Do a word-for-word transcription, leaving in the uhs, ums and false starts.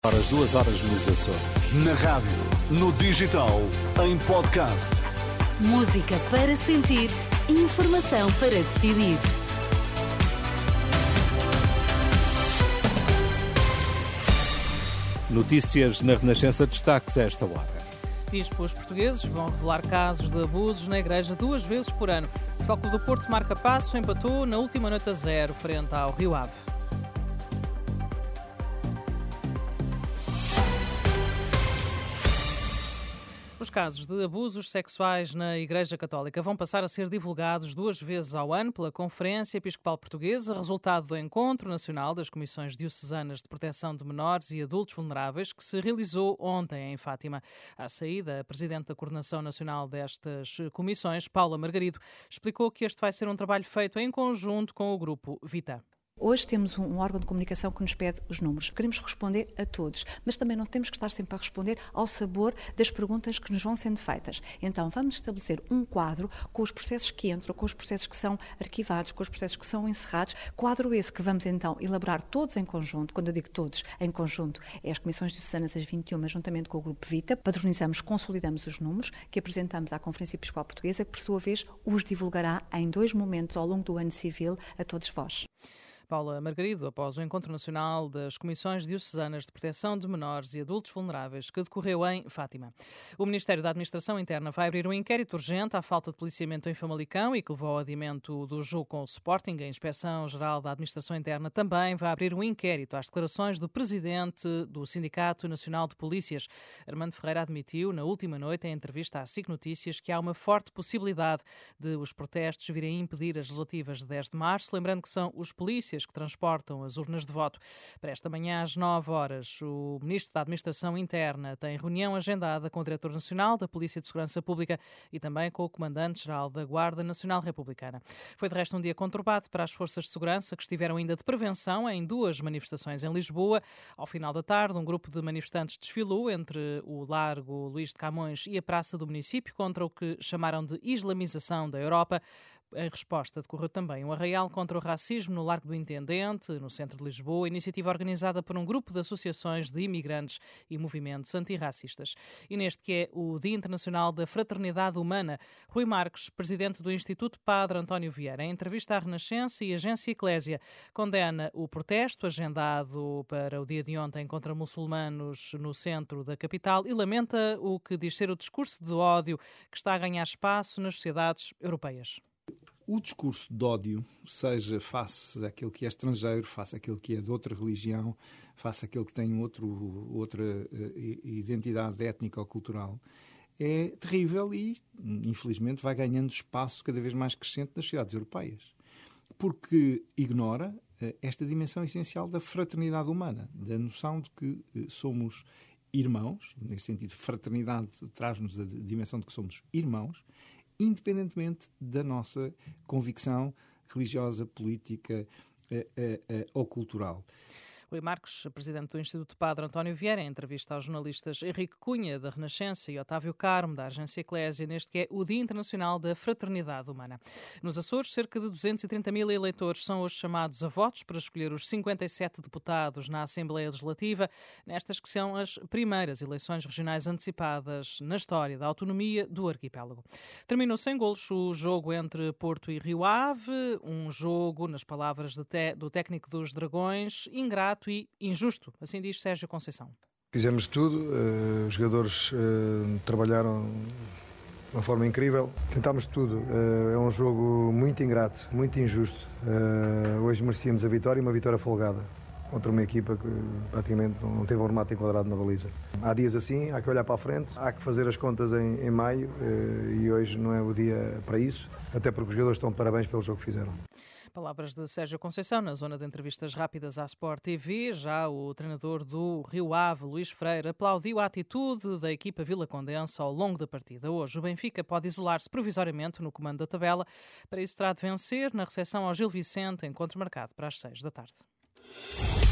Horas, duas horas nos Açores. Na rádio, no digital, em podcast. Música para sentir, informação para decidir. Notícias na Renascença, destaques a esta hora. Bispos portugueses vão revelar casos de abusos na Igreja duas vezes por ano. O Futebol Clube do Porto marca passo, empatou na última noite a zero frente ao Rio Ave. Os casos de abusos sexuais na Igreja Católica vão passar a ser divulgados duas vezes ao ano pela Conferência Episcopal Portuguesa, resultado do Encontro Nacional das Comissões Diocesanas de Proteção de Menores e Adultos Vulneráveis, que se realizou ontem em Fátima. À saída, a Presidente da Coordenação Nacional destas comissões, Paula Margarido, explicou que este vai ser um trabalho feito em conjunto com o Grupo Vita. Hoje temos um órgão de comunicação que nos pede os números. Queremos responder a todos, mas também não temos que estar sempre a responder ao sabor das perguntas que nos vão sendo feitas. Então vamos estabelecer um quadro com os processos que entram, com os processos que são arquivados, com os processos que são encerrados. Quadro esse que vamos então elaborar todos em conjunto. Quando eu digo todos em conjunto, é as Comissões Diocesanas, as vinte e uma, juntamente com o Grupo Vita. Padronizamos, consolidamos os números que apresentamos à Conferência Episcopal Portuguesa, que por sua vez os divulgará em dois momentos ao longo do ano civil a todos vós. Paula Margarido, após o Encontro Nacional das Comissões Diocesanas de Proteção de Menores e Adultos Vulneráveis, que decorreu em Fátima. O Ministério da Administração Interna vai abrir um inquérito urgente à falta de policiamento em Famalicão e que levou ao adiamento do jogo com o Sporting. A Inspeção-Geral da Administração Interna também vai abrir um inquérito às declarações do presidente do Sindicato Nacional de Polícias. Armando Ferreira admitiu, na última noite, em entrevista à SIC Notícias, que há uma forte possibilidade de os protestos virem impedir as legislativas de dez de março, lembrando que são os polícias que transportam as urnas de voto. Para esta manhã, às nove horas, o Ministro da Administração Interna tem reunião agendada com o Diretor Nacional da Polícia de Segurança Pública e também com o Comandante-Geral da Guarda Nacional Republicana. Foi de resto um dia conturbado para as forças de segurança que estiveram ainda de prevenção em duas manifestações em Lisboa. Ao final da tarde, um grupo de manifestantes desfilou entre o Largo Luís de Camões e a Praça do Município contra o que chamaram de islamização da Europa. Em resposta, decorreu também um arraial contra o racismo no Largo do Intendente, no centro de Lisboa, iniciativa organizada por um grupo de associações de imigrantes e movimentos antirracistas. E neste que é o Dia Internacional da Fraternidade Humana, Rui Marques, presidente do Instituto Padre António Vieira, em entrevista à Renascença e Agência Eclésia, condena o protesto agendado para o dia de ontem contra muçulmanos no centro da capital e lamenta o que diz ser o discurso de ódio que está a ganhar espaço nas sociedades europeias. O discurso de ódio, seja face àquele que é estrangeiro, face àquele que é de outra religião, face àquele que tem outro, outra uh, identidade étnica ou cultural, é terrível e, infelizmente, vai ganhando espaço cada vez mais crescente nas sociedades europeias. Porque ignora uh, esta dimensão essencial da fraternidade humana, da noção de que uh, somos irmãos, nesse sentido, fraternidade traz-nos a dimensão de que somos irmãos, independentemente da nossa convicção religiosa, política eh, eh, eh, ou cultural. Rui Marques, presidente do Instituto Padre António Vieira, em entrevista aos jornalistas Henrique Cunha, da Renascença, e Otávio Carmo, da Agência Eclésia, neste que é o Dia Internacional da Fraternidade Humana. Nos Açores, cerca de duzentos e trinta mil eleitores são hoje chamados a votos para escolher os cinquenta e sete deputados na Assembleia Legislativa, nestas que são as primeiras eleições regionais antecipadas na história da autonomia do arquipélago. Terminou sem golos o jogo entre Porto e Rio Ave, um jogo, nas palavras de te- do técnico dos Dragões, ingrato e injusto, assim diz Sérgio Conceição. Fizemos tudo, uh, os jogadores uh, trabalharam de uma forma incrível, tentámos tudo, uh, é um jogo muito ingrato, muito injusto. Uh, hoje merecíamos a vitória e uma vitória folgada contra uma equipa que praticamente não teve um remate enquadrado na baliza. Há dias assim, há que olhar para a frente, há que fazer as contas em, em maio uh, e hoje não é o dia para isso, até porque os jogadores estão de parabéns pelo jogo que fizeram. Palavras de Sérgio Conceição na zona de entrevistas rápidas à Sport T V. Já o treinador do Rio Ave, Luís Freire, aplaudiu a atitude da equipa vilacondense ao longo da partida. Hoje o Benfica pode isolar-se provisoriamente no comando da tabela. Para isso terá de vencer na recepção ao Gil Vicente, encontro marcado para as seis da tarde.